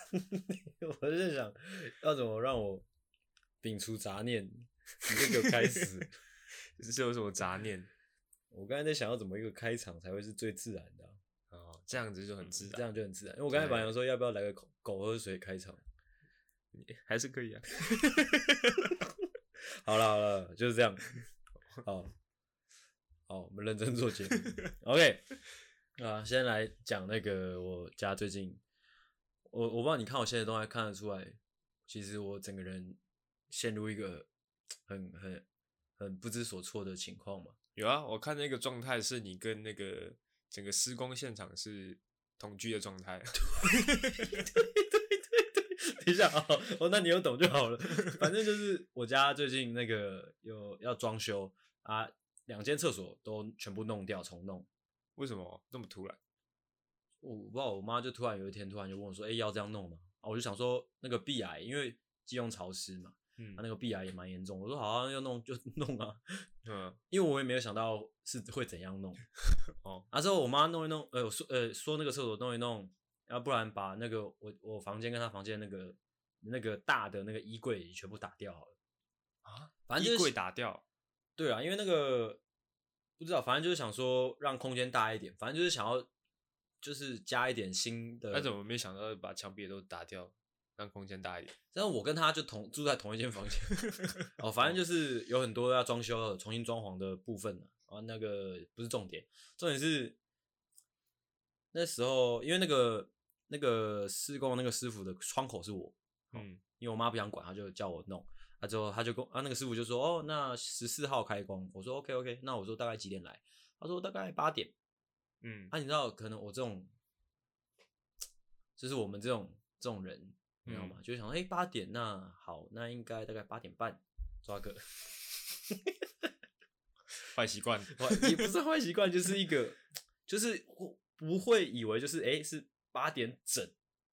我就在想，要怎么让我摒除杂念？你就给我开始。 是有什么杂念？ 我刚才在想要怎么一个开场才会是最自然的、 哦，这样子就很自然， 这样就很自然。因为我刚才本来想说要不要来个狗喝水开场， 还是可以啊。 好了，就是这样。好，我们认真做节目。OK， 先来讲那个我家最近，我不知道你看我现在都还看得出来，其实我整个人陷入一个很不知所措的情况嘛。 有啊，我看那个状态是你跟那个整个施工现场是同居的状态。 对，等一下那你有懂就好了。反正就是我家最近那个有要装修啊，2间厕所都全部弄掉重弄。 为什么这么突然？ 我不知道，我妈就突然有一天突然就问我说：“要这样弄吗？”我就想说那个壁癌，因为基隆潮湿嘛，那个壁癌也蛮严重。我说好啊，要弄就弄啊，因为我也没有想到是会怎样弄。之后我妈弄一弄，说那个厕所弄一弄，要不然把那个我房间跟她房间那个大的那个衣柜全部打掉好了啊， 反正就是衣柜打掉。 对啊，因为那个不知道，反正就是想说让空间大一点，反正就是想要就是加一点新的。 那怎么没想到把墙壁都打掉，让空间大一点？ 但是我跟他就住在同一间房间。反正就是有很多要装修的、重新装潢的部分那个不是重点，重点是那时候因为那个施工那个师傅的窗口是我，因为我妈不想管，他就叫我弄。之后他就跟那个师傅就说：“哦，那14号开工。”我说 ：“OK。”那我说大概几点来？他说大概8点。你知道，可能我这种，就是我们这种人，你知道吗？就想说8点，那好，那应该大概8点半抓个坏习惯， 也不是坏习惯，就是一个，就是不会以为就是是8点整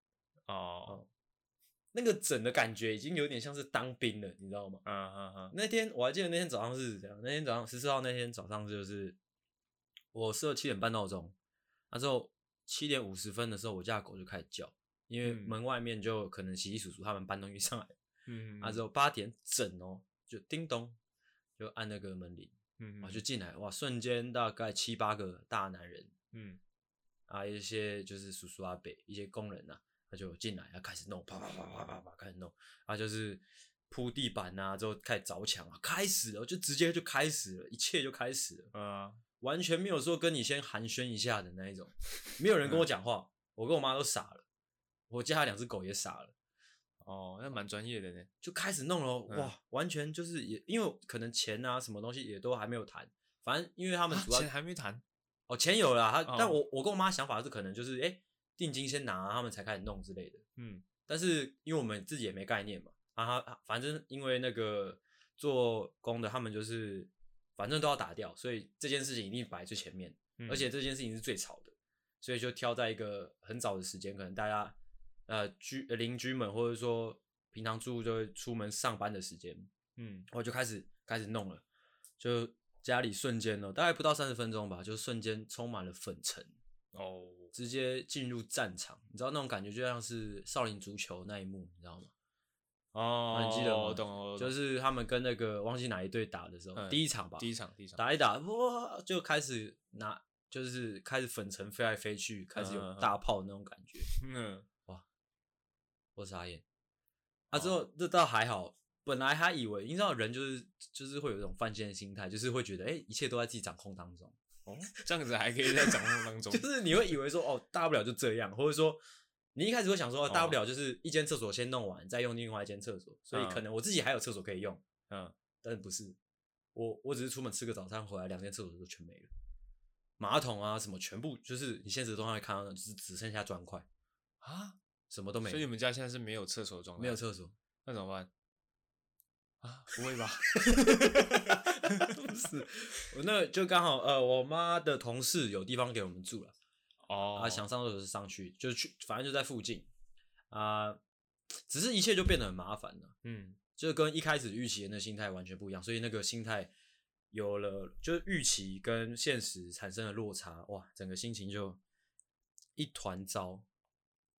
那个整的感觉已经有点像是当兵了，你知道吗？那天我还记得那天早上是这样，那天早上14号那天早上就是我设7点半闹钟，之后7点50分的时候我家的狗就开始叫，因为门外面就可能洗洗叔叔他们搬东西上来，之后8点整就叮咚就按那个门铃，就进来，哇，瞬间大概7、8个大男人，一些就是叔叔阿伯，一些工人他就进来，开始弄，啪啪啪啪啪啪开始弄，就是铺地板之后开始凿墙开始了，就直接就开始了，一切就开始了，完全没有说跟你先寒暄一下的那一种，没有人跟我讲话，我跟我妈都傻了，我家2只狗也傻了， 那蛮专业的呢， 就开始弄了，哇，完全就是也因为可能钱什么东西也都还没有谈，反正因为他们主要钱还没谈， 钱有了但我跟我妈想法是可能就是定金先拿，他们才开始弄之类的。但是因为我们自己也没概念嘛，反正因为那个做工的他们就是反正都要打掉，所以这件事情一定摆最前面，而且这件事情是最吵的，所以就挑在一个很早的时间，可能大家邻居们或者说平常住就会出门上班的时间，我就开始弄了，就家里瞬间大概不到30分钟吧，就瞬间充满了粉尘。直接进入战场，你知道那种感觉就像是少林足球那一幕，你知道吗？你记得吗？ 我懂， 就是他们跟那个忘记哪一队打的时候，第一场吧， 第一场打一打，哇，就开始就是开始粉尘飞来飞去，开始有大炮的那种感觉，哇，我傻眼。之后这倒还好，本来还以为，你知道人就是会有一种犯贱的心态，就是会觉得一切都在自己掌控当中。 这样子还可以在掌控当中， 就是你会以为说大不了就这样，或者说你一开始会想说大不了就是一间厕所先弄完，再用另外一间厕所，所以可能我自己还有厕所可以用，但是不是，我只是出门吃个早餐回来，2间厕所就全没了，马桶什么全部就是你现实中会看到的，就是只剩下砖块什么都没有。 所以你们家现在是没有厕所的状态？ 没有厕所， 那怎么办？不会吧？ 不是，我那就刚好我妈的同事有地方给我们住了，想上厕所就上去，就去，反正就在附近只是一切就变得很麻烦了，就跟一开始预期的那心态完全不一样，所以那个心态有了，就是预期跟现实产生了落差，哇，整个心情就一团糟。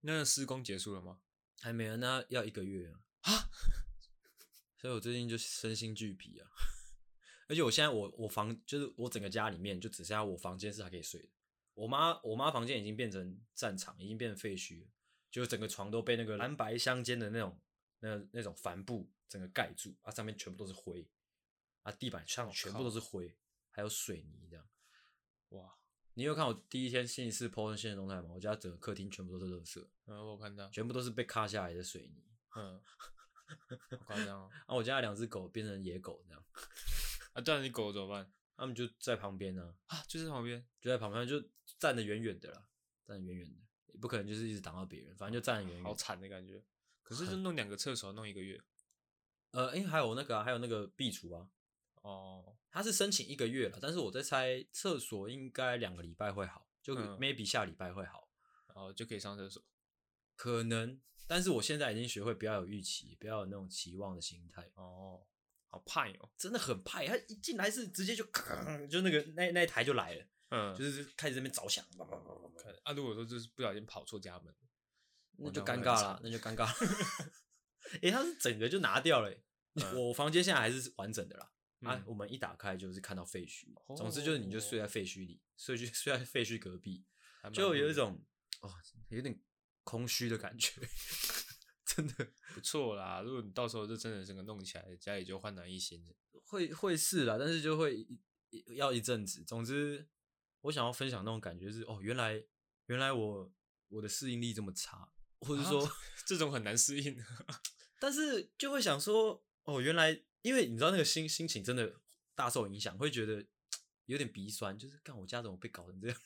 那施工结束了吗？ 还没啊，那要1个月啊。所以我最近就身心俱疲啊。而且我现在我房就是我整个家里面就只剩下我房间是还可以睡的。我妈房间已经变成战场，已经变成废墟了，就整个床都被那个蓝白相间的那种帆布整个盖住啊，上面全部都是灰啊，地板上全部都是灰，还有水泥这样。哇！你有看我第一天星期四 po 的现实动态吗？我家整个客厅全部都是垃圾， 我有看到， 全部都是被卡下来的水泥。 好夸张哦！ 啊，我家的2只狗变成野狗这样。 啊，对啊，你狗怎么办？ 他们就在旁边啊， 就在旁边， 就在旁边，就站得远远的啦，站得远远的，也不可能就是一直挡到别人，反正就站得远远。 好惨的感觉。可是就弄2个厕所，弄1个月。 还有那个还有那个壁橱啊。他是申请1个月了，但是我在猜厕所应该2个礼拜会好，就 maybe 下礼拜会好， 然后就可以上厕所。 可能，但是我现在已经学会不要有预期，不要有那种期望的心态。 好派哦， 真的很派，他一进来是直接就那一台就来了，就是开始在那边着响。 如果说就是不小心跑错家门， 那就尴尬了，那就尴尬了。他是整个就拿掉了。我房间现在还是完整的啦。我们一打开就是看到废墟。总之就是你就睡在废墟里，睡在废墟隔壁，就有一种有点空虚的感觉。真的不错啦，如果你到时候就真的整个弄起来，家里就焕然一新。 会是啦，但是就会要一阵子。总之，我想要分享那种感觉是，原来我的适应力这么差，或者说这种很难适应。 但是就会想说，原来因为你知道那个心情真的大受影响，会觉得有点鼻酸，就是干我家怎么被搞成这样？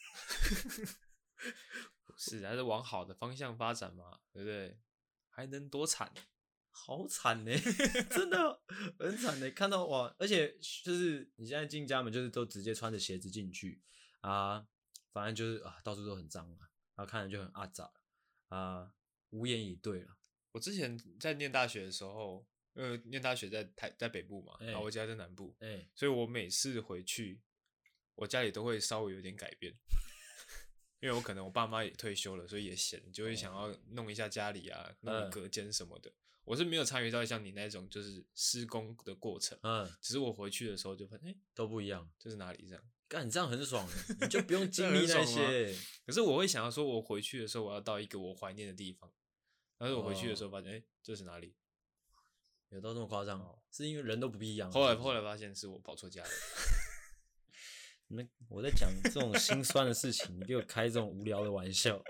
是还是往好的方向发展嘛，对不对？还能多惨？ 好惨呢，真的很惨呢。看到哇，而且就是你现在进家门，就是都直接穿着鞋子进去啊，反正就是到处都很脏啊，然后看着就很阿杂啊，无言以对了。 我之前在念大学的时候，念大学在北部嘛，然后我家在南部，所以我每次回去，我家里都会稍微有点改变。因为我可能我爸妈也退休了，所以也闲，就会想要弄一下家里啊，弄隔间什么的。我是没有参与到像你那种就是施工的过程，只是我回去的时候就发现， 都不一样， 这是哪里这样？ 干，你这样很爽，你就不用经历那些。 可是我会想要说，我回去的时候我要到一个我怀念的地方，但是我回去的时候发现，这是哪里？ 有到这么夸张？是因为人都不一样。 后来发现是我跑错家了。 我在讲这种心酸的事情，你给我开这种无聊的玩笑，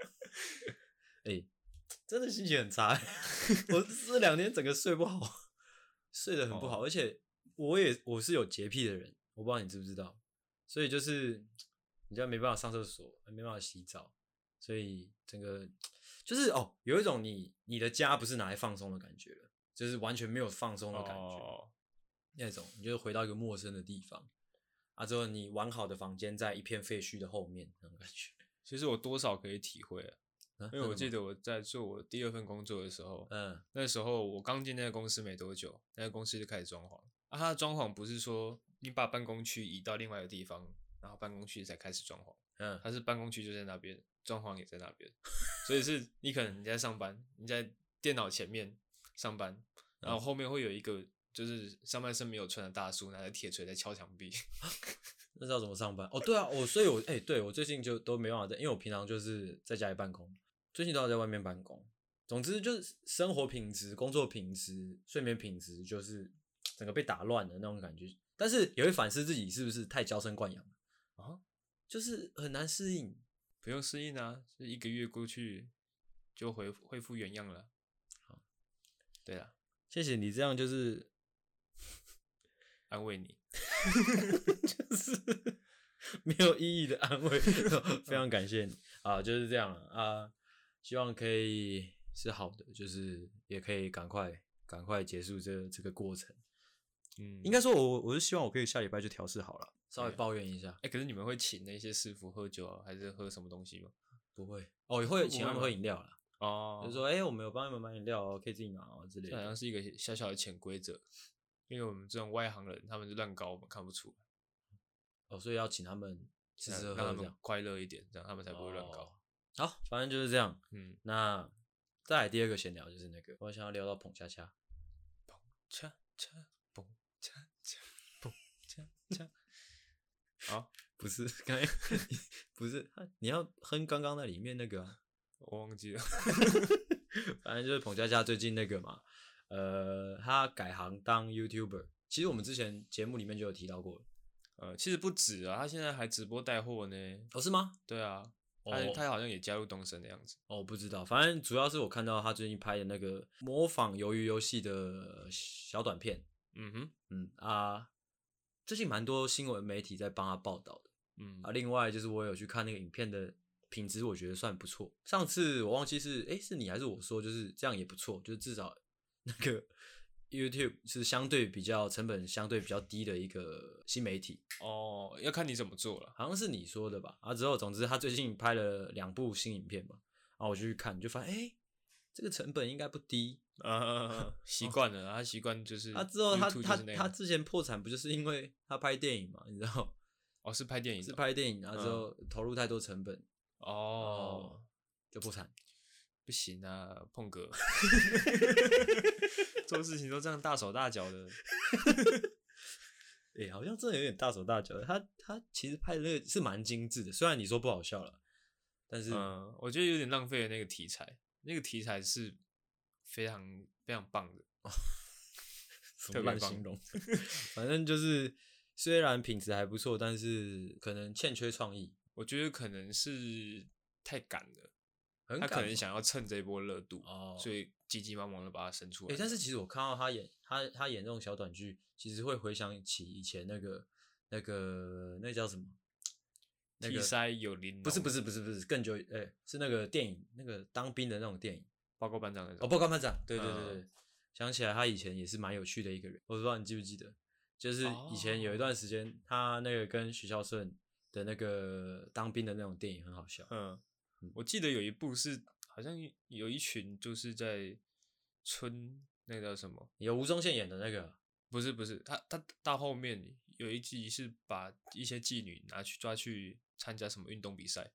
真的心情很差。我这2天整个睡不好，睡得很不好，而且我是有洁癖的人，我不知道你知不知道，所以就是你家没办法上厕所，没办法洗澡，所以整个就是有一种你的家不是拿来放松的感觉了，就是完全没有放松的感觉，那种你就回到一个陌生的地方。之后你完好的房间在一片废墟的后面，那种感觉。 其实我多少可以体会因为我记得我在做我第2份工作的时候，那时候我刚进那个公司没多久，那个公司就开始装潢。它的装潢不是说你把办公区移到另外一个地方，然后办公区才开始装潢，它是办公区就在那边，装潢也在那边，所以是你可能你在上班，你在电脑前面上班，然后后面会有一个。就是上半身没有穿的大叔拿着铁锤在敲墙壁。 那知道怎么上班？对啊，所以我对我最近就都没办法因为我平常就是在家里办公，最近都要在外面办公。总之就是生活品质、工作品质、睡眠品质，就是整个被打乱的那种感觉。但是也会反思自己是不是太娇生惯养了就是很难适应。 不用适应啊，就1个月过去就恢复原样了。好，对啦， 谢谢你这样就是安慰你， 就是没有意义的安慰，非常感谢你就是这样希望可以是好的，就是也可以赶快结束这个过程。应该说我是希望我可以下礼拜就调试好了，稍微抱怨一下。 可是你们会请那些师傅喝酒还是喝什么东西吗？ 不会也会请他们喝饮料啦。就是说我们有帮你们买饮料可以自己拿之类的。 这好像是一个小小的潜规则。因为我们这种外行人，他们是乱搞，我们看不出来。 所以要请他们吃喝喝， 让他们快乐一点，这样他们才不会乱搞。 好，反正就是这样。那再来第二个闲聊就是那个，我想要聊到彭恰恰， 彭恰恰，彭恰恰，彭恰恰。好， 不是刚才不是你要哼刚刚那里面那个啊， 我忘记了。 反正就是彭恰恰最近那个嘛，他改行当 YouTuber， 其实我们之前节目里面就有提到过了。 其实不止啊，他现在还直播带货呢。 哦，是吗？ 对啊，他好像也加入东森的样子。 哦，不知道，反正主要是我看到他最近拍的那个模仿鱿鱼游戏的小短片。最近蛮多新闻媒体在帮他报道的。另外就是我有去看那个影片的品质，我觉得算不错。上次我忘记是你还是我说，就是这样也不错，就是至少那个 YouTube 是相对比较成本相对比较低的一个新媒体。 哦，要看你怎么做了， 好像是你说的吧？之后总之他最近拍了2部新影片嘛，我就去看，就发现这个成本应该不低。 习惯了，他习惯就是。 之后他之前破产不就是因为他拍电影嘛？你知道？ 哦，是拍电影， 是拍电影，然后之后投入太多成本，就破产。 不行啊，碰哥，做事情都这样大手大脚的。 好像真的有点大手大脚的。他其实拍的那个是蛮精致的，虽然你说不好笑了，但是我觉得有点浪费了那个题材。那个题材是非常非常棒的。 什么烂形容？反正就是虽然品质还不错，但是可能欠缺创意。 我觉得可能是太赶了，他可能想要蹭这一波热度，所以急急忙忙的把它生出来。 但是其实我看到他演这种小短剧，其实会回想起以前那叫什么？ 替塞有玲珑？ 不是，更久是那个电影，那个当兵的那种电影， 报告班长那种。 报告班长，对，想起来他以前也是蛮有趣的一个人。我不知道你记不记得，就是以前有一段时间，他那个跟许孝顺的那个当兵的那种电影很好笑。 我记得有一部是好像有一群就是在那个叫什么？ 有吴宗宪演的那个？ 不是，他到后面有一集是把一些妓女抓去参加什么运动比赛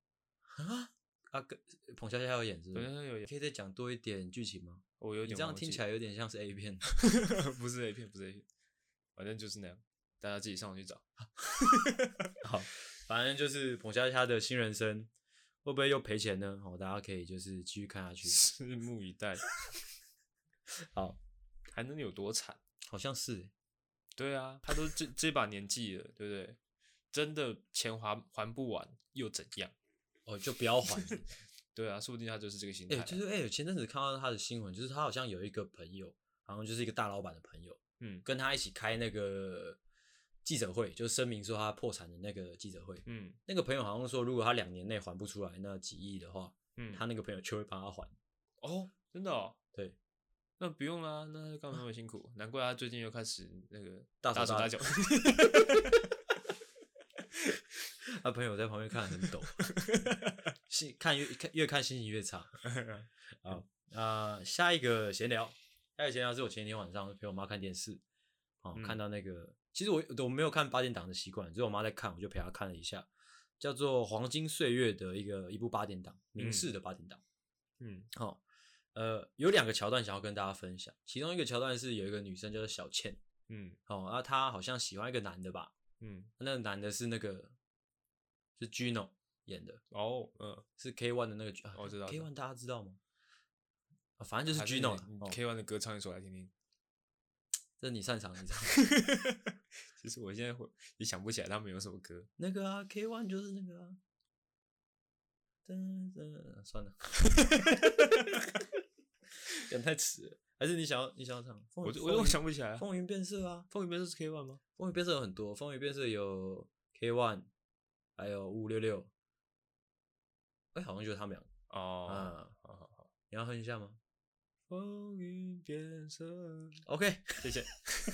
彭恰恰有演是不是？ 有演。 可以再讲多一点剧情吗？ 我有点你这样听起来有点像是 A 片。 不是 A 片，反正就是那样，大家自己上网去找。 好，反正就是彭恰恰的新人生会不会又赔钱呢？大家可以就是继续看下去， 拭目以待。 好， 还能有多惨？ 好像是。 对啊，他都这把年纪了，对不对？真的钱还不完又怎样？ 就不要还。 对啊，说不定他就是这个心态。 就是前阵子看到他的新闻，就是他好像有一个朋友，好像就是一个大老板的朋友，跟他一起开那个记者会，就声明说他破产的那个记者会。那个朋友好像说，如果他2年内还不出来那几亿的话，他那个朋友就会帮他还。 哦，真的哦？ 对。 那不用啦，那干嘛那么辛苦？难怪他最近又开始那个大手大脚。 他朋友在旁边看得很抖，越看心情越差。好，下一个闲聊是我前天晚上陪我妈看电视，看到那个，其实我没有看8点档的习惯，只有我妈在看，我就陪她看了一下，叫做《黄金岁月》的一部8点档，民视的8点档。有2个桥段想要跟大家分享，其中一个桥段是有一个女生叫做小倩，她好像喜欢一个男的吧，那个男的是是 Gino 演的，是 K1 的那个， 我知道 K1 大家知道吗？反正就是 Gino K1 的歌唱一首来听听， 这是你擅长的， 其实我现在也想不起来他们有什么歌。 那个K1 就是那个算了。讲太迟了，还是你想要唱？ 我想不起来。 风云变色啊， 风云变色是 K1 吗？ 风云变色有很多，风云变色有 K1， 还有5566，好像就是他们俩。好，你要哼一下吗？ 风云变色。 OK， 谢谢。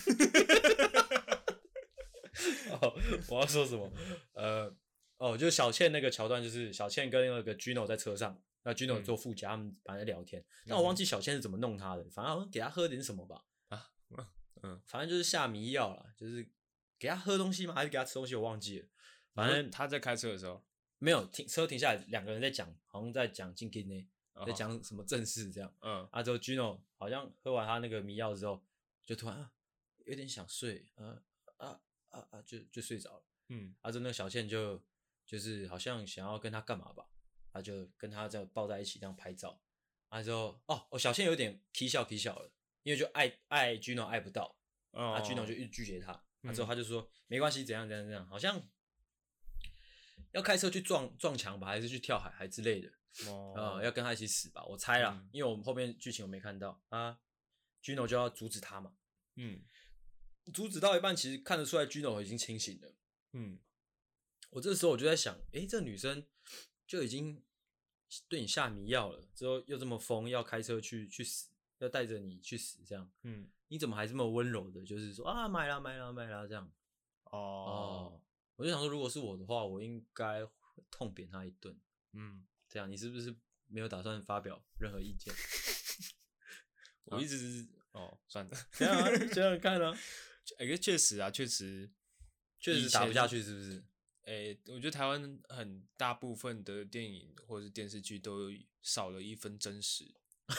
我要说什么？就是小倩那个桥段，就是小倩跟那个 Gino 在车上。那 Gino 坐副驾，他们反正聊天，但我忘记小倩是怎么弄他的，反正好像给他喝点什么吧，反正就是下迷药啦，就是给他喝东西吗？还是给他吃东西？我忘记了。反正他在开车的时候， 没有车停下来，2个人在讲，好像在讲进京呢。 在讲什么正事这样。之后 Gino 好像喝完他那个迷药之后，就突然有点想睡，就睡着了。之后那个小倩就是好像想要跟他干嘛吧，他就跟他这样抱在一起这样拍照。之后小倩有点起笑了，因为就爱 Gino 爱不到，Gino 就一直拒绝他。之后他就说没关系，怎样，好像要开车去撞墙吧，还是去跳海还之类的。要跟他一起死吧，我猜啦，因为我们后面剧情我没看到Gino 就要阻止他嘛。阻止到一半，其实看得出来 Gino 已经清醒了。我这时候我就在想，这女生就已经对你下迷药了，之后又这么疯，要开车去死，要带着你去死，这样。你怎么还这么温柔的，就是说买啦这样。我就想说，如果是我的话，我应该会痛扁他一顿。这样，你是不是没有打算发表任何意见？ 我一直算了， 想想看啊。 确实打不下去，是不是？ 我觉得台湾很大部分的电影或者是电视剧都少了一分真实。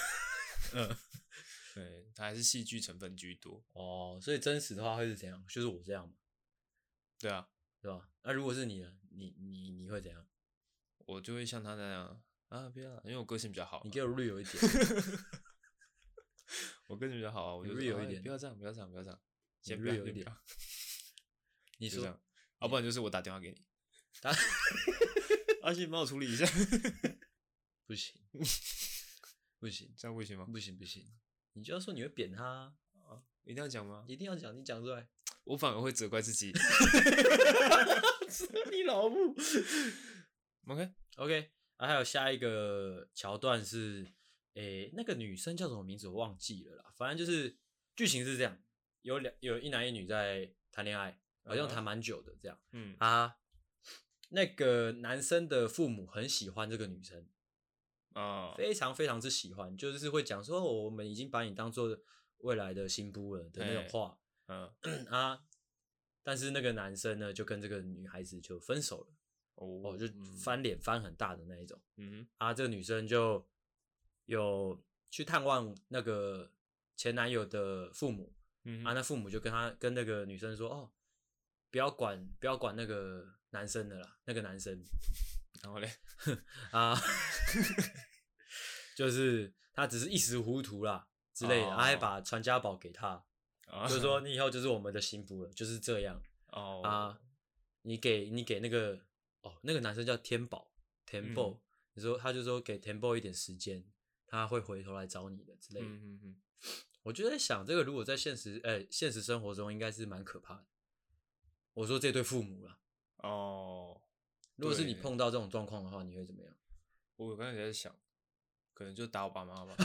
对，它还是戏剧成分居多。 所以真实的话会是怎样？就是我这样嘛。 对啊， 对吧？那如果是你呢？你会怎样？ 我就会像他那样不要，因为我个性比较好。 你给我real一点。 我个性比较好我就 real一点。 不要这样，先不要一点。你说， 不然就是我打电话给你。阿信帮我处理一下。 不行， 这样不行吗？ 不行，你就要说你会扁他一定要讲吗？ 一定要讲，你讲出来。 我反而会责怪自己。 你老母。 OK， 还有下一个桥段是，那个女生叫什么名字我忘记了啦，反正就是剧情是这样，有一男一女在谈恋爱，好像谈蛮久的这样。那个男生的父母很喜欢这个女生，非常非常之喜欢，就是会讲说我们已经把你当做未来的新妇了的那种话。但是那个男生呢，就跟这个女孩子就分手了。就翻脸翻很大的那一种。这个女生就有去探望那个前男友的父母。那父母就跟那个女生说，不要管那个男生的啦，那个男生。 然后嘞， 就是他只是一时糊涂啦之类的，还把传家宝给他。就是说你以后就是我们的幸福了，就是这样。你给那个那个男生叫天宝 Temple，他就说给 Temple 一点时间，他会回头来找你的之类的。我就在想，这个如果在现实生活中应该是蛮可怕的。我说这对父母啦。如果是你碰到这种状况的话，你会怎么样？ 我刚才在想，可能就打我爸妈吧。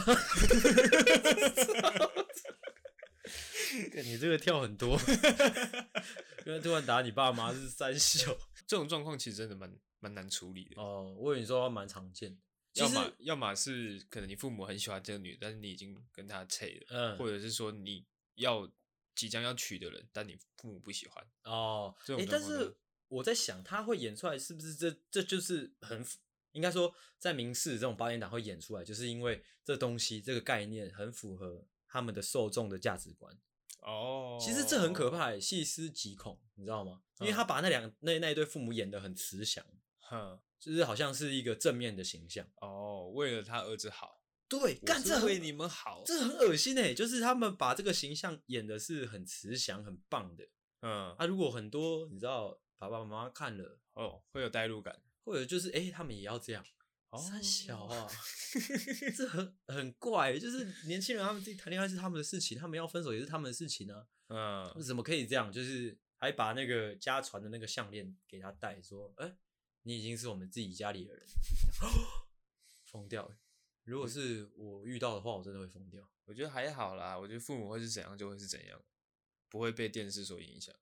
你这个跳很多。因为突然打你爸妈是三小。 这种状况其实真的蛮难处理的。 我跟你说蛮常见。 要么是可能你父母很喜欢这个女的，但是你已经跟她拆了。或者是说你即将要娶的人，但你父母不喜欢。 但是我在想他会演出来是不是这就是应该说在民视这种八点档会演出来，就是因为这东西这个概念很符合他们的受众的价值观。其实这很可怕，细思极恐，你知道吗？因为他把那一对父母演得很慈祥，就是好像是一个正面的形象。 为了他儿子好。 对， 这为你们好， 这很恶心就是他们把这个形象演的是很慈祥、很棒的。如果很多你知道爸爸妈妈看了， 会有代入感， 或者就是他们也要这样。三小啊，这很怪，就是年轻人他们自己谈恋爱是他们的事情，他们要分手也是他们的事情啊。怎么可以这样？就是还把那个家传的那个项链给他戴，说，你已经是我们自己家里的人，疯掉。如果是我遇到的话，我真的会疯掉。 我觉得还好啦，我觉得父母会是怎样就会是怎样，不会被电视所影响。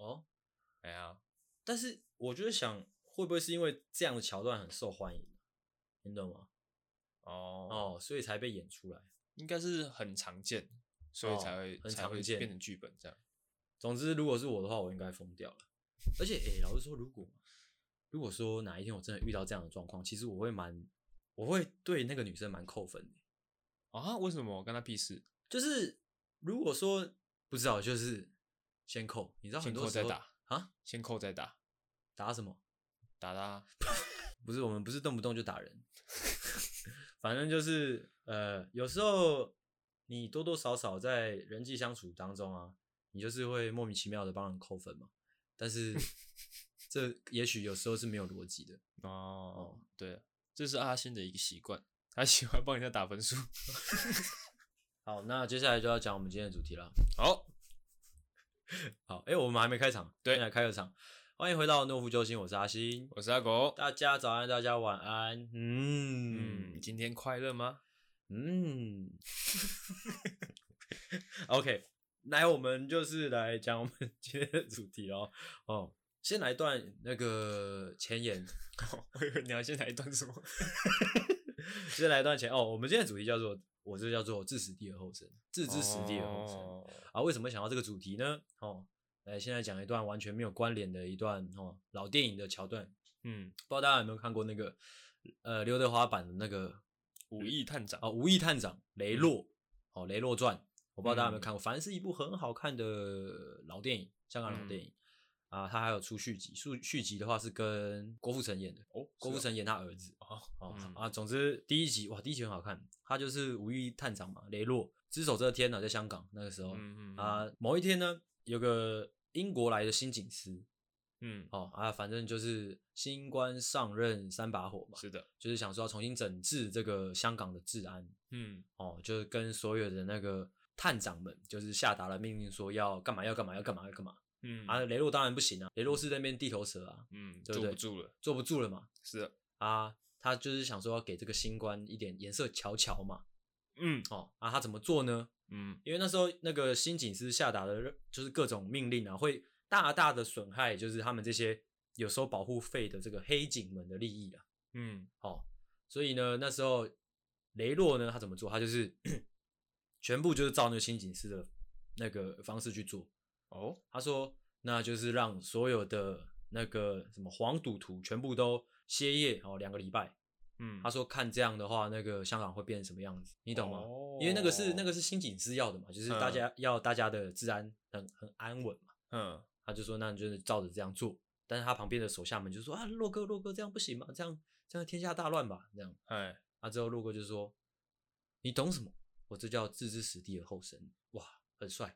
但是我觉得想会不会是因为这样的桥段很受欢迎，你懂吗？所以才被演出来。 应该是很常见，所以才会变成剧本这样。 总之，如果是我的话，我应该疯掉了。而且，老实说，如果说哪一天我真的遇到这样的状况，其实我会蛮我会对那个女生蛮扣分的。 啊？为什么？我跟她屁事？ 就是如果说不知道，就是先扣，你知道很多时候先扣再打啊， 先扣再打， 打什么？ 打他。 不是，我们不是动不动就打人，反正就是有时候你多多少少在人际相处当中啊，你就是会莫名其妙的帮人扣分嘛，但是这也许有时候是没有逻辑的。 哦，对，这是阿星的一个习惯，他喜欢帮人家打分数。 好，那接下来就要讲我们今天的主题了。 好， 我们还没开场， 对， 现在开个场。欢迎回到诺夫救星，我是阿星， 我是阿狗， 大家早安，大家晚安。 今天快乐吗 ？OK， 来，我们就是来讲我们今天的主题咯。先来一段那个前言。 我以为你要先来一段什么？ 先来一段前我们今天的主题叫做，我这叫做置死地而后生，置之死地而后生。为什么想到这个主题呢？来，现在讲一段完全没有关联的一段老电影的桥段。不知道大家有没有看过那个刘德华版的那个《 武义探长》 武义探长雷洛雷洛传，我不知道大家有没有看过，反正是一部很好看的老电影，香港老电影。它还有出续集，续集的话是跟郭富城演的。郭富城演他儿子。总之第一集第一集很好看，他就是武义探长嘛，雷洛只手遮天在香港那个时候。某一天呢，有个英国来的新警司。反正就是新官上任三把火嘛。 是的， 就是想说要重新整治这个香港的治安。就是跟所有的那个探长们就是下达了命令，说要干嘛要干嘛要干嘛要干嘛。雷洛当然不行啊，雷洛是在那边地头蛇啊。对不对？坐不住了嘛。 是的。 他就是想说要给这个新官一点颜色瞧瞧嘛。他怎么做呢？因为那时候那个新警司下达的就是各种命令啊，会大大的损害就是他们这些有收保护费的这个黑警们的利益啊。所以呢，那时候雷洛呢，他怎么做？他就是全部就是照那个新警司的那个方式去做。他说那就是让所有的那个什么黄赌毒全部都歇业2个礼拜。他说看这样的话，那个香港会变成什么样子，你懂吗？因为那个是新警司要的嘛，就是大家的治安很安稳嘛。他就说那你就是照着这样做，但是他旁边的手下们就说洛哥这样不行嘛，这样天下大乱吧，这样。之后洛哥就说你懂什么？我这叫置之死地而后生。哇，很帅。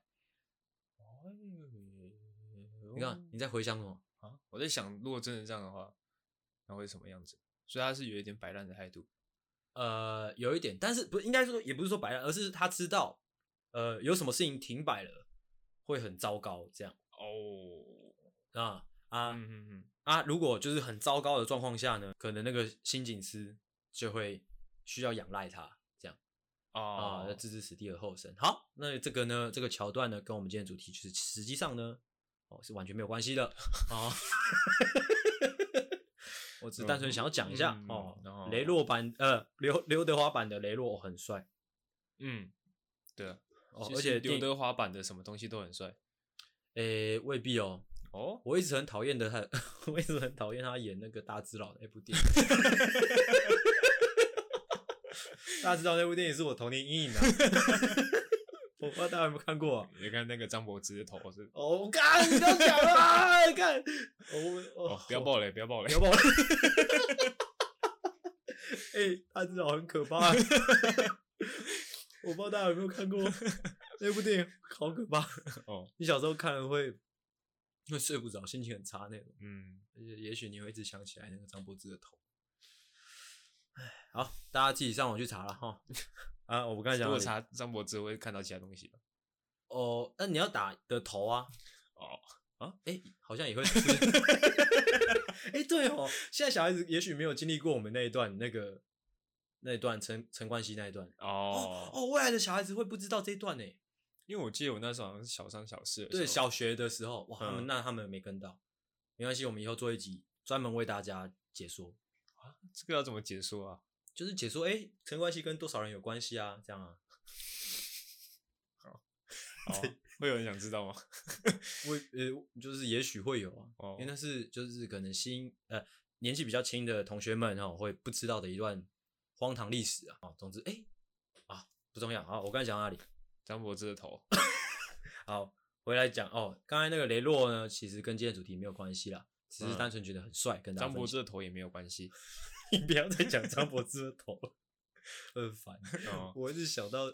你看你在回想什么啊？我在想，如果真的这样的话，那会什么样子？所以他是有一点摆烂的态度。 有一点，但是不应该说，也不是说摆烂，而是他知道，有什么事情停摆了会很糟糕，这样。如果就是很糟糕的状况下呢，可能那个新警司就会需要仰赖他，这样。置之死地而后生。好，那这个呢，这个桥段呢，跟我们今天的主题就是实际上呢，是完全没有关系的。我只是单纯想要讲一下雷洛版刘德华版的雷洛很帅。 对啊。 而且刘德华版的什么东西都很帅。 未必哦。我一直很讨厌他演那个大智老的那部电影。大智老那部电影是我童年阴影啊。我不知道大家有没有看过。 你看那个张柏芝的头是。 干，你不要讲了，干。 不要爆雷。 大智老很可怕。我不知道大家有没有看过那部电影，好可怕。你小时候看了会睡不着，心情很差那种。而且也许你会一直想起来那个张柏芝的头。好，大家自己上网去查了哈。我刚才讲， 如果查张柏芝会看到其他东西吧。 那你要打的头啊。好像也会。对哦，现在小孩子也许没有经历过我们那一段陈冠希那一段。未来的小孩子会不知道这一段呢。 因为我记得我那时候好像是小3、小4的时候。 对，小学的时候。他们没跟到，没关系，我们以后做一集专门为大家解说。 这个要怎么解说啊？ 就是解说陈冠希跟多少人有关系啊，这样啊。 会有人想知道吗？ 就是也许会有啊。因为那是就是可能年纪比较轻的同学们会不知道的一段荒唐历史啊。总之不重要。好，我刚才讲到哪里？ 张柏芝的头。 好，回来讲刚才那个雷洛呢，其实跟今天的主题没有关系啦，只是单纯觉得很帅，跟大家分享。 张柏芝的头也没有关系。 你不要再讲张柏芝的头了，很烦。我一直想到，我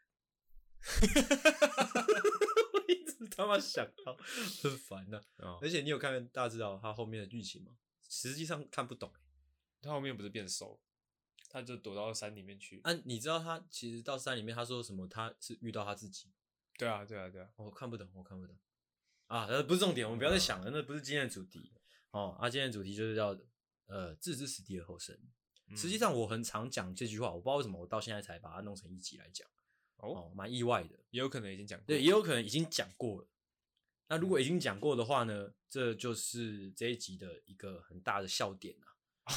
一直他妈想到，很烦呐。而且你有看大家知道他后面的剧情吗？实际上看不懂。 他后面不是变瘦，他就躲到山里面去。 你知道他其实到山里面，他说什么？他是遇到他自己。 对啊。 我看不懂啊，那不是重点，我们不要再想了，那不是今天的主题。今天的主题就是叫置之死地而后生。实际上我很常讲这句话，我不知道为什么我到现在才把它弄成一集来讲。蛮意外的。 也有可能已经讲过。 对，也有可能已经讲过了。那如果已经讲过的话呢，这就是这一集的一个很大的笑点啊。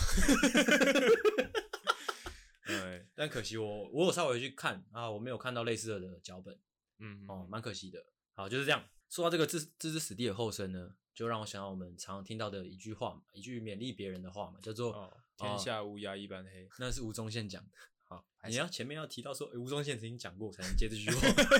对，但可惜我有稍微去看啊，我没有看到类似的脚本。蛮可惜的。好，就是这样。说到这个置之死地而后生呢，就让我想到我们常常听到的一句话嘛，一句勉励别人的话嘛，叫做天下乌鸦一般黑。 那是吴宗宪讲的。好，你要前面要提到说吴宗宪曾经讲过，才能接这句话。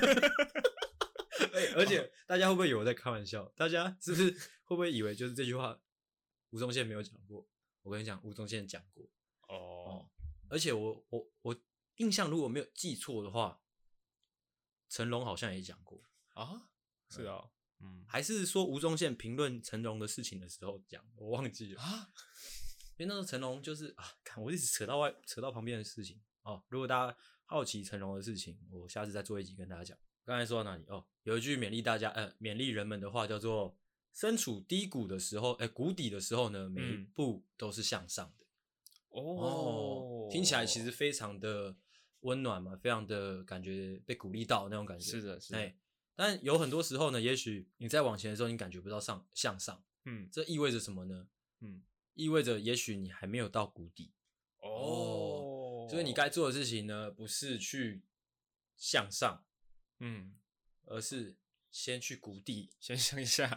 而且大家会不会以为我在开玩笑？大家是不是会不会以为就是这句话吴宗宪没有讲过？我跟你讲，吴宗宪讲过。而且我印象如果没有记错的话，成龙好像也讲过啊。是啊。 还是说吴宗宪评论成龙的事情的时候讲，我忘记了啊。因为那时候成龙就是看我一直扯到旁边的事情如果大家好奇成龙的事情，我下次再做一集跟大家讲。刚才说到哪里？有一句勉励大家勉励人们的话叫做身处低谷的时候谷底的时候呢，每一步都是向上的。听起来其实非常的温暖嘛，非常的感觉被鼓励到那种感觉。 是的。 但有很多时候呢，也许你在往前的时候你感觉不到向上。这意味着什么呢？意味着也许你还没有到谷底。所以你该做的事情呢，不是去向上，而是先去谷底， 先向下。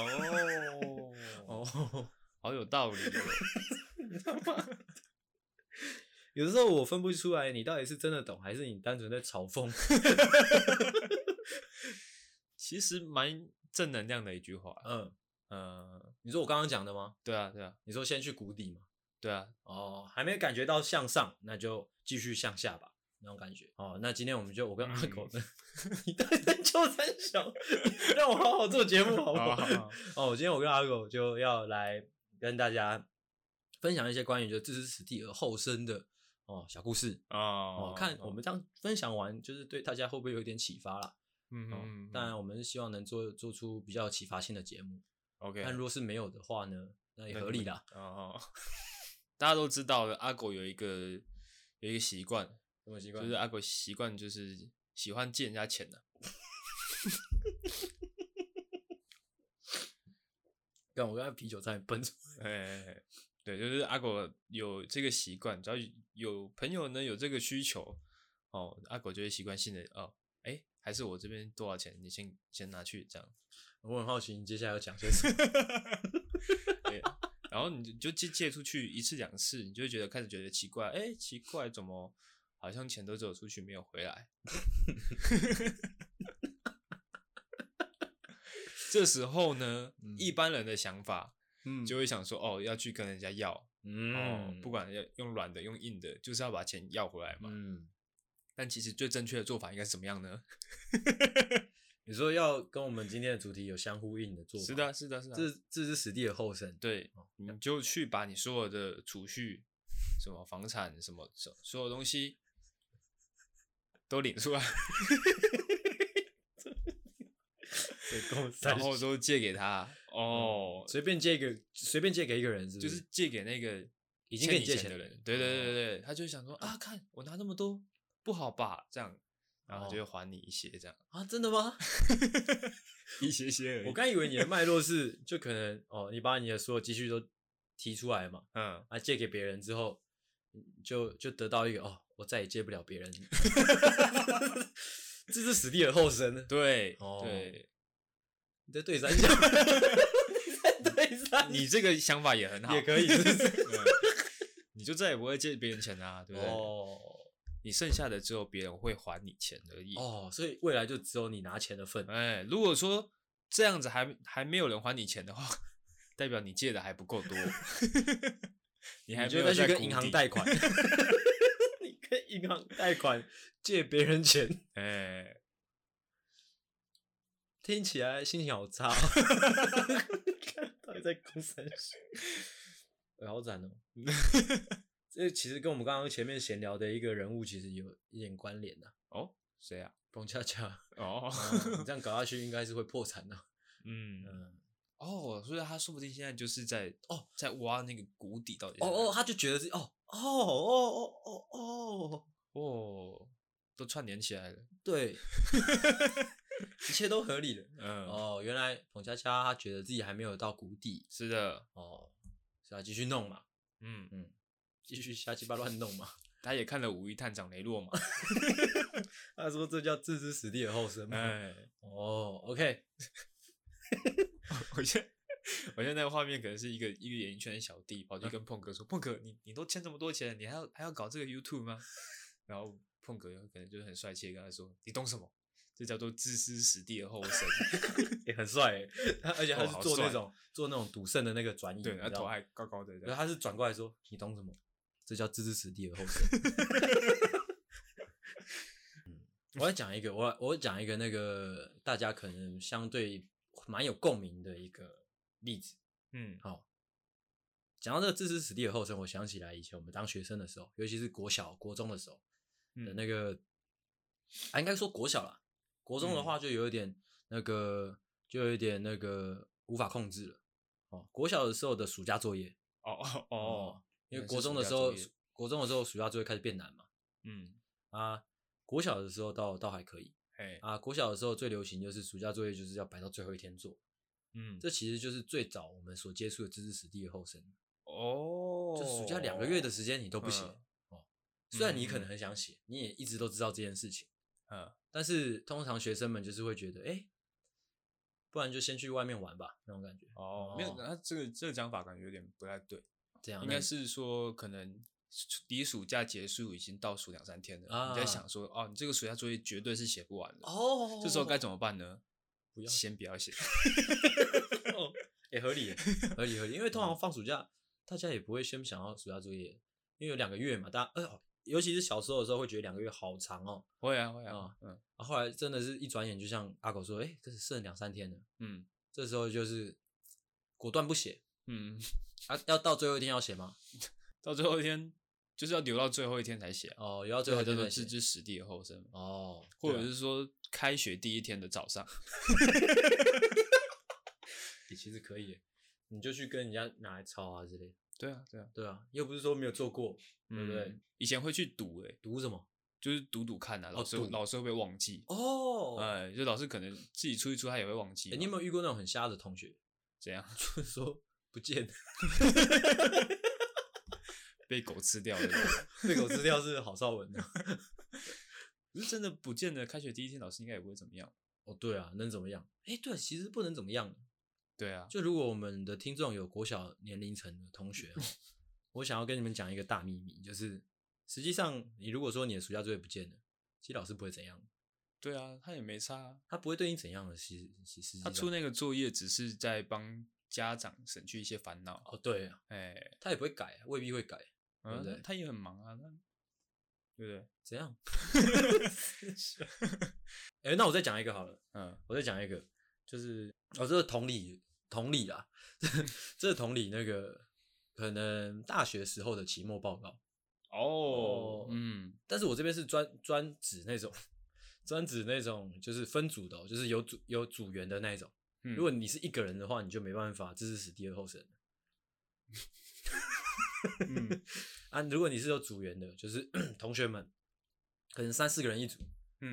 好有道理。 你他妈有的时候我分不出来你到底是真的懂，还是你单纯在嘲讽。 其实蛮正能量的一句话。 你说我刚刚讲的吗？ 对啊。 你说先去谷底嘛？ 对啊。 还没感觉到向上，那就继续向下吧，那种感觉。那今天我跟阿狗呢，你到底在叫三小，让我好好做节目好不好？今天我跟阿狗就要来跟大家分享一些关于就置之死地而后生的小故事。看我们这样分享完，就是对大家会不会有一点启发啦？当然我们是希望能做出比较启发性的节目。 OK， 但如果是没有的话呢，那也合理啦。 大家都知道的，阿狗有一个习惯。 什么习惯？ 就是阿狗习惯就是喜欢借人家钱的。 干，我刚才啤酒差点喷出来。对，就是阿狗有这个习惯，只要有朋友呢有这个需求，阿狗就会习惯性的还是我这边多少钱，你先拿去这样。 我很好奇你接下来要讲些什么。 对，然后你就借出去一次两次，你就会开始觉得奇怪，奇怪怎么好像钱都只有出去没有回来。这时候呢，一般人的想法就会想说要去跟人家要，不管要用软的用硬的，就是要把钱要回来嘛。但其实最正确的做法应该是怎么样呢？ 你说要跟我们今天的主题有相呼应的做法。 是的。 置之死地而后生。 对，你就去把你所有的储蓄、什么房产、什么所有东西都领出来。然后都借给他。 随便借给一个人，是不是？ 就是借给那个已经跟你借钱的人。对，他就想说看我拿那么多不好吧，这样，然后就会还你一些这样。 真的吗？ 一些而已。 我刚以为你的脉络是就可能你把你的所有积蓄都提出来嘛，借给别人之后就得到一个我再也借不了别人。置之死地而后生。 对。 你在对三小。你在对三， 你这个想法也很好， 也可以是不是？ 你就再也不会借别人钱啊，对不对？你剩下的只有别人会还你钱而已。 所以未来就只有你拿钱的份。 如果说这样子还没有人还你钱的话，代表你借的还不够多，你还没有再去跟银行贷款。你跟银行贷款借别人钱，听起来心情好差。到底在公三小？好惨哦。这其实跟我们刚刚前面闲聊的一个人物其实有一点关联的。 谁啊？ 彭恰恰。你这样搞下去应该是会破产的。 所以他说不定现在就是在挖那个谷底到底。 他就觉得是都串联起来了。 对。一切都合理了。原来彭恰恰他觉得自己还没有到谷底。 是的。 所以他继续弄嘛。继续瞎鸡巴乱弄嘛。 他也看了武夷探长雷洛嘛。 他说这叫置之死地而后生嘛。OK。 我现在那个画面可能是一个演艺圈的小弟跑去跟碰哥说：“碰哥，你都欠这么多钱，你还要搞这个 YouTube 吗？”然后碰哥可能就是很帅气的跟他说：“你懂什么？这叫做置之死地而后生。” 也很帅而且他是做那种赌圣的那个转移。 对，他头还高高的。 然后他是转过来说：“你懂什么？这叫置之死地而后生。”我要讲一个，我讲一个那个大家可能相对蛮有共鸣的一个例子。讲到这个置之死地而后生，我想起来以前我们当学生的时候，尤其是国小、国中的时候的那个，应该说国小啦，国中的话就有一点那个，无法控制了。国小的时候的暑假作业。因为国中的时候暑假作业开始变难嘛。国小的时候倒还可以。国小的时候最流行就是暑假作业就是要摆到最后一天做。这其实就是最早我们所接触的置之死地而后生。就暑假2个月的时间你都不写。虽然你可能很想写，你也一直都知道这件事情。但是通常学生们就是会觉得，不然就先去外面玩吧，那种感觉。 没有，他这个讲法感觉有点不太对。 这样应该是说可能离暑假结束已经倒数2-3天了，你在想说你这个暑假作业绝对是写不完的。这时候该怎么办呢？先不要写。 合理合理，因为通常放暑假大家也不会先想要暑假作业，因为有2个月嘛，大家尤其是小时候的时候会觉得2个月好长哦。 会啊。 后来真的是一转眼就像阿狗说，这是剩2-3天了。这时候就是果断不写。要到最后一天要写吗？ 到最后一天就是要留到最后一天才写。 留到最后一天才写。 置之死地而后生。 或者是说开学第1天的早上。 也其实可以，你就去跟人家拿来抄啊之类的。 对啊， 又不是说没有做过，对不对？ 以前会去赌。 赌什么？ 就是赌看啊，老师会不会忘记？就老师可能自己出一出他也会忘记。 你有没有遇过那种很瞎的同学？ 怎样？ 就是说不见被狗吃掉了。 被狗吃掉是郝邵文的。 可是真的不见得，开学第1天老师应该也不会怎么样。 对啊，能怎么样？对，其实不能怎么样。 对啊， 就如果我们的听众有国小年龄层的同学，我想要跟你们讲一个大秘密，就是实际上你如果说你的暑假作业不见了，其实老师不会怎样。 对啊，他也没差。 他不会对你怎样的。其实他出那个作业只是在帮家长省去一些烦恼。 对啊。他也不会改，未必会改。对不对？ 他也很忙啊，对不对？ 怎样？那我再讲一个好了。我再讲一个，就是这是同理啦。这是同理那个可能大学时候的期末报告。但是我这边是专指那种就是分组的，就是有组员的那种。如果你是一个人的话，你就没办法置之死地而后生。如果你是有组员的，就是同学们可能3-4个人一组。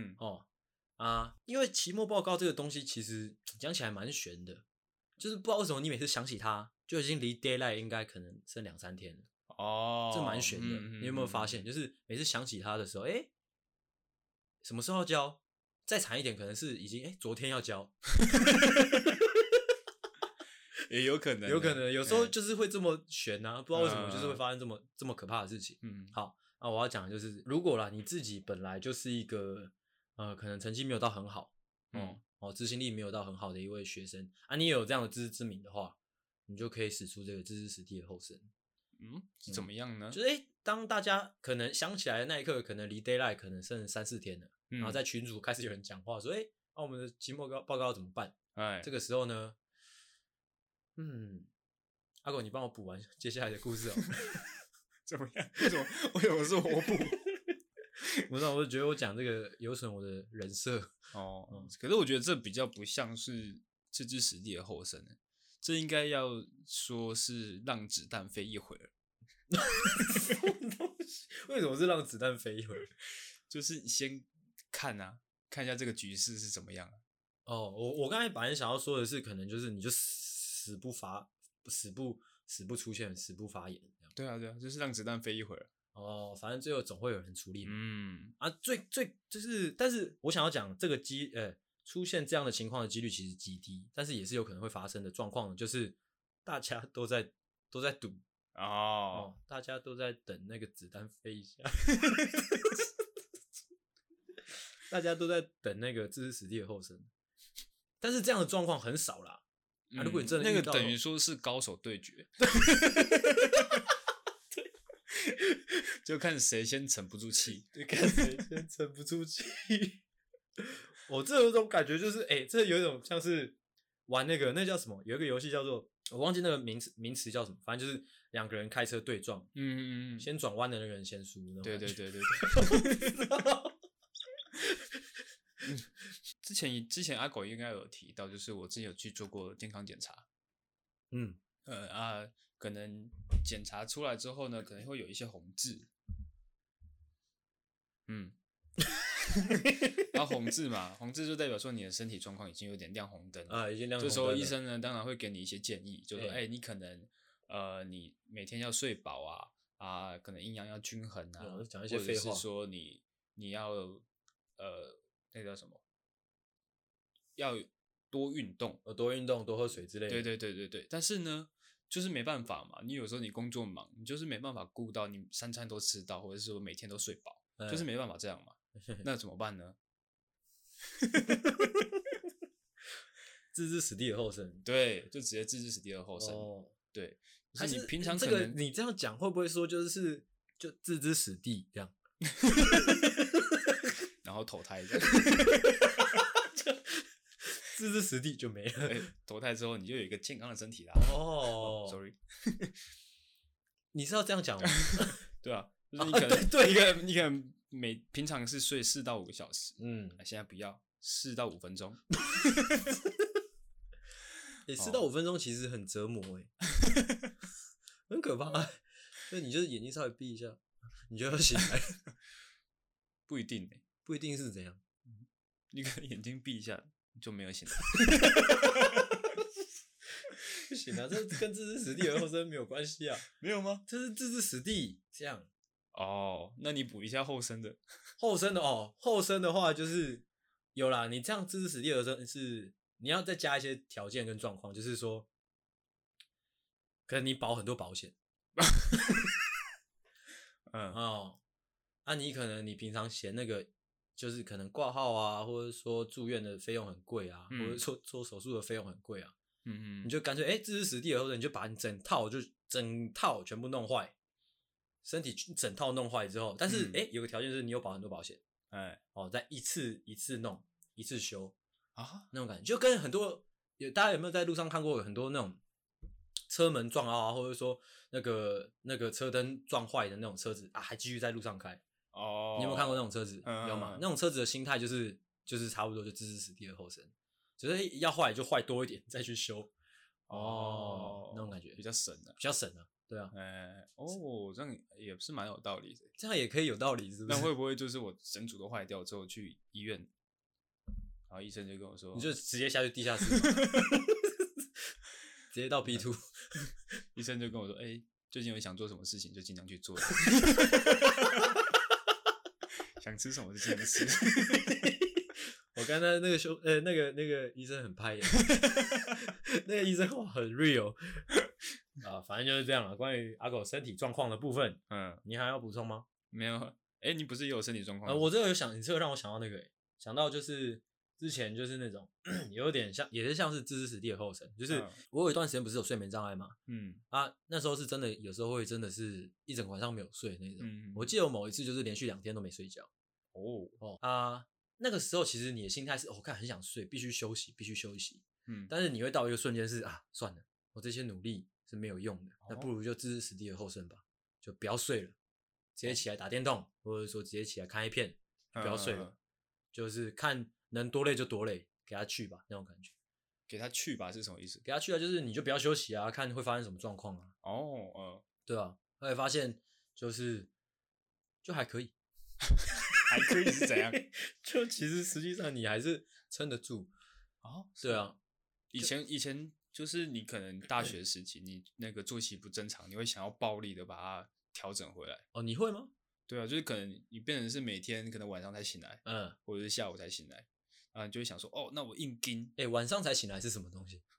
因为期末报告这个东西其实讲起来蛮悬的，就是不知道为什么你每次想起它就已经离 deadline 应该可能剩2-3天了。这蛮悬的。你有没有发现，就是每次想起它的时候，什么时候要交？再惨一点可能是已经昨天要交。 也有可能， 有可能，有时候就是会这么悬啊，不知道为什么，就是会发生这么可怕的事情。好，那我要讲的就是，如果啦你自己本来就是一个可能成绩没有到很好，执行力没有到很好的一位学生啊，你也有这样的自知之明的话，你就可以使出这个置之死地而后生。 是怎么样呢？ 就是当大家可能想起来的那一刻，可能离 deadline 可能剩3-4天了，然后在群组开始有人讲话说，我们的期末报告要怎么办？这个时候呢，阿狗，你帮我补完接下来的故事哦。 怎么样？为什么是我补？ 不是，我就觉得我讲这个有损我的人设可是我觉得这比较不像是置之死地而后生，这应该要说是让子弹飞一会儿。 为什么是让子弹飞一会儿？ 就是先看一下这个局势是怎么样我刚才本来想要说的是，可能就是你就死不出现，死不发言。 对啊，就是让子弹飞一会儿。 反正最后总会有人处理嘛。最就是，但是我想要讲这个出现这样的情况的几率其实极低，但是也是有可能会发生的状况，就是大家都在赌大家都在等那个子弹飞一下，大家都在等那个置之死地而后生，但是这样的状况很少啦。如果你真的那个等于说是高手对决。就看谁先沉不住气， 看谁先沉不住气。这有种感觉，就是这有一种像是玩那叫什么？有一个游戏叫做我忘记那个名词叫什么，反正就是2个人开车对撞，先转弯的那个人先输。 对。之前阿狗应该有提到，就是我之前有去做过健康检查。可能检查出来之后呢，可能会有一些红字。然后红字嘛，红字就代表说你的身体状况已经有点亮红灯已经亮红灯了。 这时候医生呢，当然会给你一些建议，就说你可能你每天要睡饱可能营养要均衡讲一些废话， 或者是说你要那个叫什么，要多运动， 多喝水之类的。 对。但是呢，就是没办法嘛，你有时候你工作忙，你就是没办法顾到你3餐都吃到，或者是说每天都睡饱，就是没办法这样嘛。那怎么办呢？ 置之死地而后生。 对，就直接置之死地而后生。对， 但是你平常这个你这样讲会不会说就置之死地这样？ 然后投胎， 置之死地就没了。 投胎之后你就有一个健康的身体啦。sorry， 你是要这样讲吗？ 对啊，就是你可能你可能平常是睡4到5个小时，现在不要4到5分钟。 4到5分钟其实很折磨很可怕。所以你就是眼睛稍微闭一下，你就要醒来。 不一定不一定是怎样。 你可能眼睛闭一下就没有醒来。 不行啊，这跟置之死地而后生没有关系啊。 没有吗？ 这是置之死地这样。 那你补一下后生的。 后生的话就是有啦，你这样置之死地而后生是你要再加一些条件跟状况，就是说可能你保很多保险。你可能你平常嫌那个就是可能挂号或者说住院的费用很贵或者说做手术的费用很贵你就干脆置之死地而后生，你就把你整套全部弄坏，身体整套弄坏之后，但是有个条件是你有保很多保险，再一次弄一次修那种感觉，就跟很多大家有没有在路上看过有很多那种车门撞凹或者说那个车灯撞坏的那种车子还继续在路上开你有没有看过那种车子？有吗？那种车子的心态就是差不多就置之死地而后生，就是要坏就坏多一点再去修那种感觉比较省对啊。 这样也是蛮有道理的。 这样也可以有道理，是不是？ 那会不会就是我整组都坏掉之后去医院，然后医生就跟我说， 你就直接下去地下室，直接到 B2， 医生就跟我说，最近有想做什么事情就尽量去做，想吃什么就尽量吃。 我刚才那个那个医生很拍耶，那个医生哇很 real 啊，反正就是这样了。关于阿狗身体状况的部分，你还要补充吗？ 没有。你不是也有身体状况？ 我这个有想，你这个让我想到那个，想到就是之前就是那种有点像，也是像是置之死地而后生，就是我有一段时间不是有睡眠障碍嘛，那时候是真的有时候会真的是一整晚上没有睡那种。我记得我某一次就是连续2天都没睡觉。那个时候其实你的心态是看很想睡，必须休息，必须休息。但是你会到一个瞬间是算了，我这些努力是没有用的，那不如就置之死地而后生吧，就不要睡了。直接起来打电动，或者说直接起来看一片，就不要睡了，就是看能多累就多累，给他去吧那种感觉。 给他去吧是什么意思？ 给他去啊，就是你就不要休息啊，看会发生什么状况啊。对啊，后来发现就还可以， 还可以是怎样？ 就其实实际上你还是撑得住。对啊， 以前就是你可能大学时期你那个作息不正常，你会想要暴力的把它调整回来。 你会吗？ 对啊，就是可能你变成是每天可能晚上才醒来，或者是下午才醒来，你就会想说，那我硬盯。 晚上才醒来是什么东西？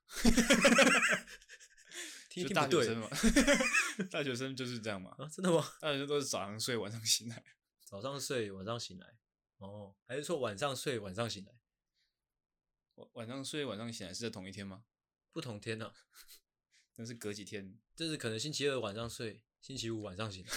就大学生嘛，大学生就是这样嘛。 真的吗？ 大学生都是早上睡，晚上醒来。 早上睡，晚上醒来。还是说晚上睡，晚上醒来？ 晚上睡，晚上醒来是在同一天吗？ 不同天啊。 那是隔几天？ 就是可能星期二晚上睡，星期五晚上醒来。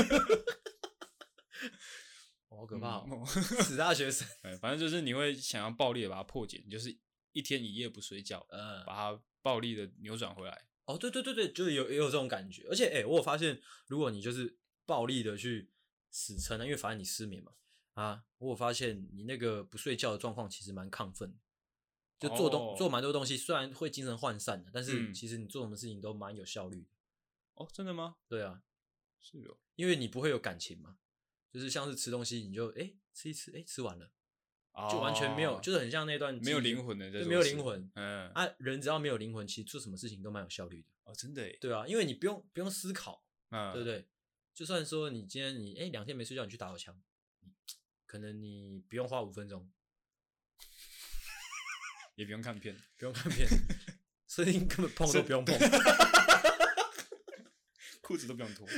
好可怕死大学生。 反正就是你会想要暴力的把它破解，你就是一天一夜不睡觉，把它暴力的扭转回来。 对，就是有这种感觉。而且我有发现，如果你就是暴力的去死撑，因为反正你失眠嘛，我有发现你那个不睡觉的状况其实蛮亢奋的。就做蛮多东西，虽然会精神涣散的，但是其实你做什么事情都蛮有效率的。 真的吗？ 对啊， 是哦， 因为你不会有感情嘛，就是像是吃东西，你就吃一吃，吃完了，就完全没有，就是很像那段没有灵魂的， 没有灵魂。人只要没有灵魂，其实做什么事情都蛮有效率的。 真的耶。 对啊，因为你不用思考，对不对？就算说你今天2天没睡觉，你去打火枪，可能你不用花5分钟。 也不用看片， 声音根本碰都不用碰， 裤子都不用脱，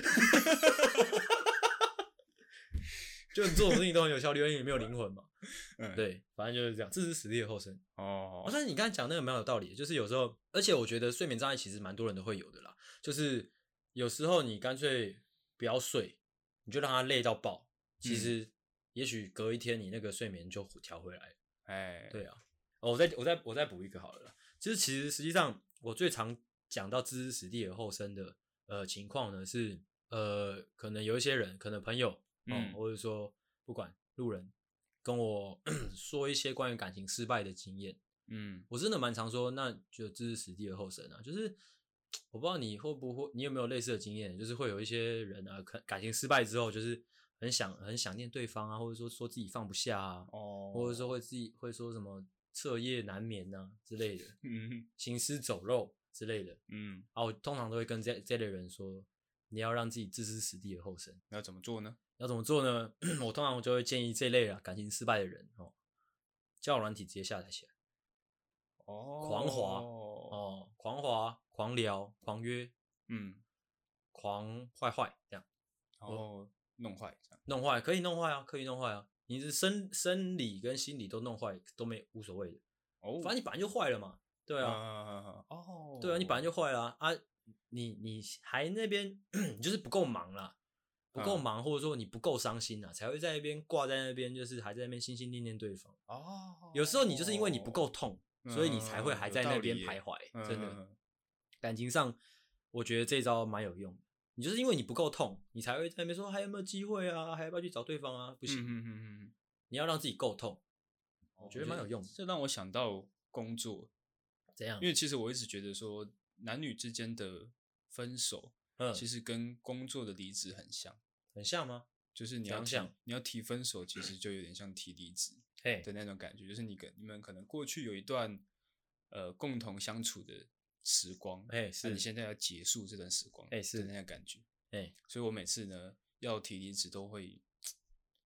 就你做什么事情都很有效率，因为你没有灵魂嘛。对，反正就是这样，置之死地而后生。但是你刚才讲那个蛮有道理的，就是有时候，而且我觉得睡眠障碍其实蛮多人都会有的啦，就是有时候你干脆不要睡，你就让他累到爆，其实也许隔一天你那个睡眠就调回来了。对啊。我再补一个好了啦，就是其实实际上我最常讲到置之死地而后生的情况呢是可能有一些人，可能朋友或者说不管路人跟我说一些关于感情失败的经验，我真的蛮常说，那就置之死地而后生啊，就是我不知道你有没有类似的经验，就是会有一些人感情失败之后，就是很想念对方啊，或者说自己放不下啊，或者说会说什么彻夜难眠啊之类的，行尸走肉之类的，我通常都会跟这类人说，你要让自己置之死地而后生。 要怎么做呢？ 我通常就会建议这类感情失败的人交友软体直接下载起来，狂滑、狂聊、狂约，狂坏这样， 弄坏这样， 弄坏可以弄坏啊。你是生理跟心理都弄坏都无所谓的，反正你本来就坏了嘛，对啊，对啊，你本来就坏了你还那边你就是不够忙啦，或者说你不够伤心才会在那边挂在那边，就是还在那边心心念念对方。有时候你就是因为你不够痛，所以你才会还在那边徘徊，真的。感情上，我觉得这招蛮有用的。你就是因为你不够痛，你才会在那边说还有没有机会啊，还要不要去找对方啊？不行，你要让自己够痛，我觉得蛮有用的。 这让我想到工作， 怎样？ 因为其实我一直觉得说，男女之间的分手，其实跟工作的离职很像。 很像吗？ 就是你要提分手，其实就有点像提离职的那种感觉，就是你们可能过去有一段共同相处的时光，那你现在要结束这段时光，是那样感觉，所以我每次呢要提离职都会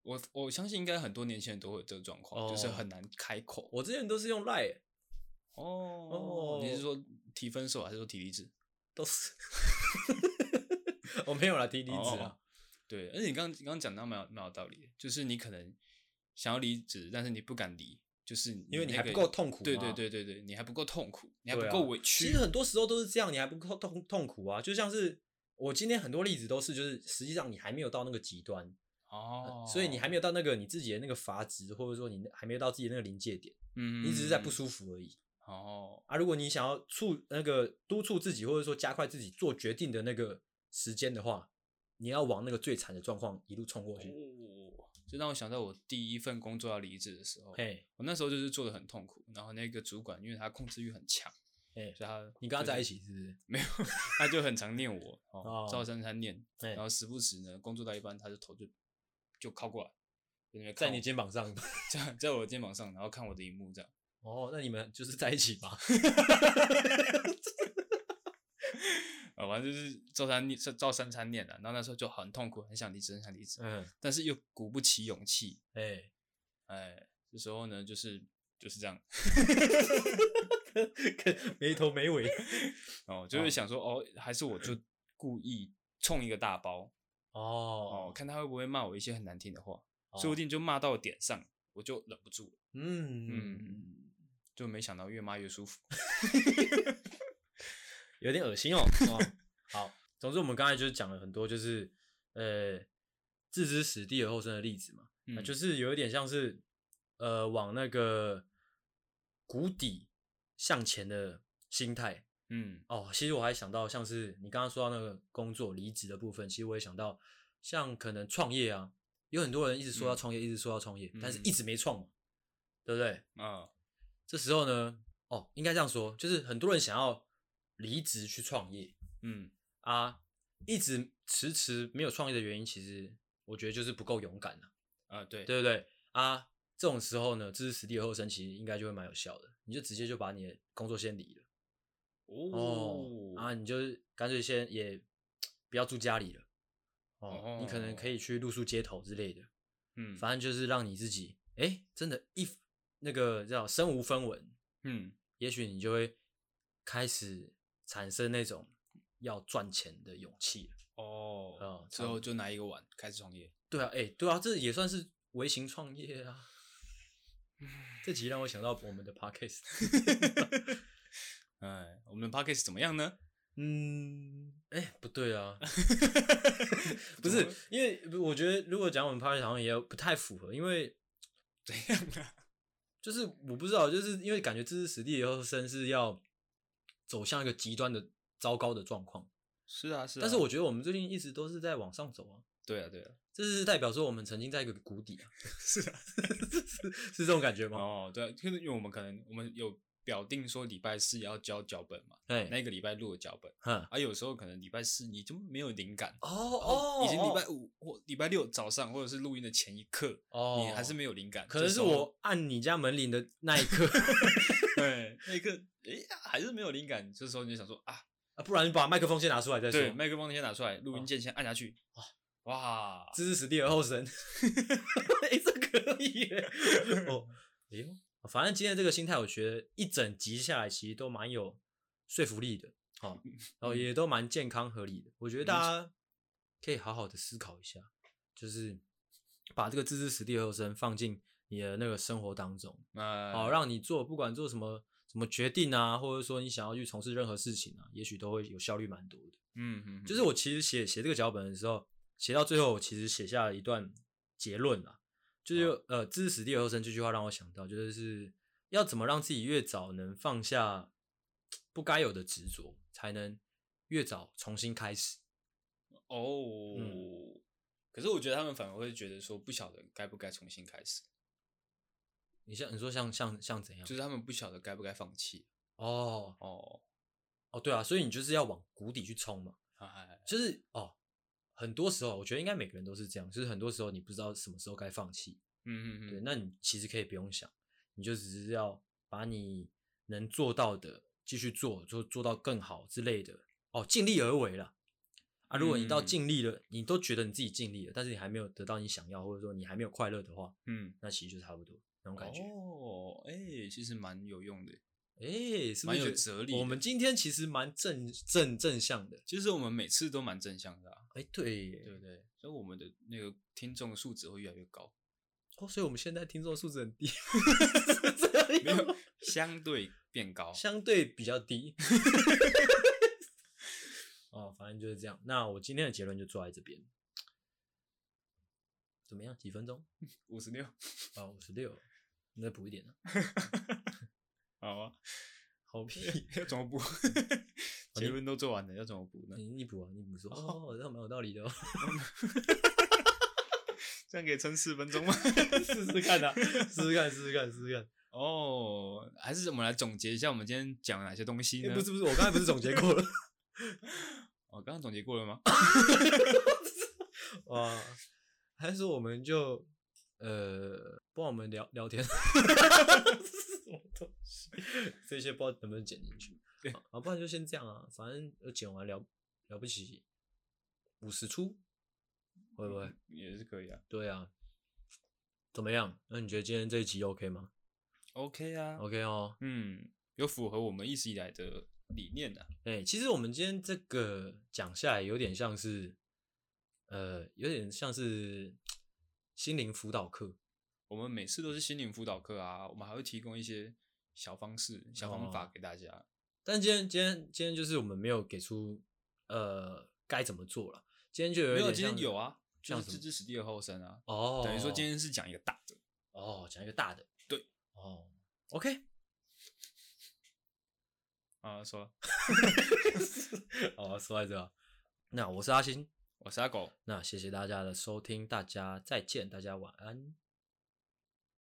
我相信应该很多年轻人都会有这个状况，就是很难开口。 我之前都是用 LINE。 你是说提分手还是说提离职？ 都是。我没有啦，提离职啦。 对，而且你刚刚讲到蛮有道理的，就是你可能想要离职，但是你不敢离，就是因为你还不够痛苦。 对，你还不够痛苦，你还不够委屈。 其实很多时候都是这样，你还不够痛苦啊。就像是我今天很多例子都是，就是实际上你还没有到那个极端所以你还没有到那个你自己的那个阀值，或者说你还没有到自己的那个临界点，你只是在不舒服而已。如果你想要督促自己，或者说加快自己做决定的那个时间的话，你要往那个最惨的状况一路冲过去。 这让我想到我第一份工作要离职的时候，我那时候就是做得很痛苦，然后那个主管因为他控制欲很强，所以你跟他在一起是不是？ 没有，他就很常念我，照三餐念，然后时不时呢工作到一半，他就头就靠过来， 在你肩膀上， 在我的肩膀上，然后看我的荧幕这样。 那你们就是在一起吧？ 反正就是照三餐念然后那时候就很痛苦，很想离职，但是又鼓不起勇气。这时候呢，就是这样， 没头没尾。 就是想说，还是我就故意冲一个大包，看他会不会骂我一些很难听的话，说不定就骂到点上，我就忍不住了。就没想到越骂越舒服。 有点恶心哦。好，总之我们刚才就是讲了很多，就是置之死地而后生的例子嘛，就是有一点像是往那个谷底向前的心态。其实我还想到像是你刚刚说到那个工作离职的部分，其实我也想到像可能创业啊，有很多人一直说要创业，一直说要创业，但是一直没创嘛，对不对？这时候呢，应该这样说，就是很多人想要离职去创业，一直迟没有创业的原因，其实我觉得就是不够勇敢对不对？这种时候呢，置之死地而后生，其实应该就会蛮有效的，你就直接就把你的工作先离了。你就干脆先也不要住家里了。你可能可以去露宿街头之类的。反正就是让你自己，真的那个叫身无分文。也许你就会开始产生那种要赚钱的勇气了。 之后就拿一个碗开始创业。 对啊，这也算是微型创业啊。这集让我想到我们的 podcast。 我们的 podcast 怎么样呢？ 不对啊。不是，因为我觉得如果讲我们 podcast 好像也不太符合，因为怎样啊？ 就是我不知道，就是因为感觉置之死地而后生是要走向一个极端的糟糕的状况。 是啊。 但是我觉得我们最近一直都是在往上走啊。 对啊。 这是代表说我们曾经在一个谷底啊。 是啊。 是这种感觉吗？ 对啊，因为我们有表定说礼拜四要交脚本嘛，那个礼拜录的脚本，有时候可能礼拜四你就没有灵感，已经礼拜五或礼拜六早上或者是录音的前一刻，你还是没有灵感， 可能是我按你家门铃的那一刻， 对，那一刻，还是没有灵感，这时候你就想说不然你把麦克风先拿出来再说， 对，麦克风先拿出来，录音键先按下去，哇， 置之死地而后生，这可以耶。反正今天这个心态，我觉得一整集下来，其实都蛮有说服力的，也都蛮健康合理的。我觉得大家可以好好的思考一下，就是把这个置之死地而后生放进你的那个生活当中，让你不管做什么决定啊，或者说你想要去从事任何事情啊，也许都会有效率蛮多的。就是我其实写这个脚本的时候，写到最后，我其实写下了一段结论啦。就是置之死地而后生这句话让我想到，就是要怎么让自己越早能放下不该有的执着，才能越早重新开始。 可是我觉得他们反而会觉得说不晓得该不该重新开始。 你说像怎样？ 就是他们不晓得该不该放弃。 对啊，所以你就是要往谷底去冲嘛。就是很多时候我觉得应该每个人都是这样，就是很多时候你不知道什么时候该放弃。对，那你其实可以不用想，你就只是要把你能做到的继续做到更好之类的，尽力而为啦。 啊。如果你到尽力了，你都觉得你自己尽力了，但是你还没有得到你想要，或者说你还没有快乐的话，那其实就差不多那种感觉。 哦，其实蛮有用的。 是不是蛮有哲理的？ 我们今天其实蛮正向的， 其实我们每次都蛮正向的啊。 对耶， 对不对？所以我们的那个听众素质会越来越高。 所以我们现在听众素质很低， 没有，相对变高， 相对比较低。反正就是这样。那我今天的结论就做在这边。怎么样？几分钟 ？56。 56，你再补一点呢？ 好啊， 好屁， 要怎么补？结论都做完了，要怎么补呢？ 你补啊，你补说这蛮有道理的哦。 这样可以撑4分钟吗？ 试试看啊，试试看。 还是我们来总结一下我们今天讲了哪些东西呢？ 不是，我刚才不是总结过了？ 刚刚总结过了吗？ 哇，还是说我们就帮我们聊天？什么东西？这些不知道能不能剪进去。不然就先这样啊，反正剪完了不起50出，会不会？ 也是可以啊。 对啊，怎么样？那你觉得今天这一集 OK 吗 ？OK 啊 ，OK 哦。 有符合我们一直以来的理念的。 其实我们今天这个讲下来，有点像是心灵辅导课。 我们每次都是心灵辅导课啊，我们还会提供一些小方式、小方法给大家。 但今天就是我们没有给出该怎么做了。今天就有点像，没有， 今天有啊，就是置之死地而后生啊。等于说今天是讲一个大的。 讲一个大的。对。OK。 说。 说在这。那我是阿星， 我是阿狗。 那谢谢大家的收听，大家再见，大家晚安。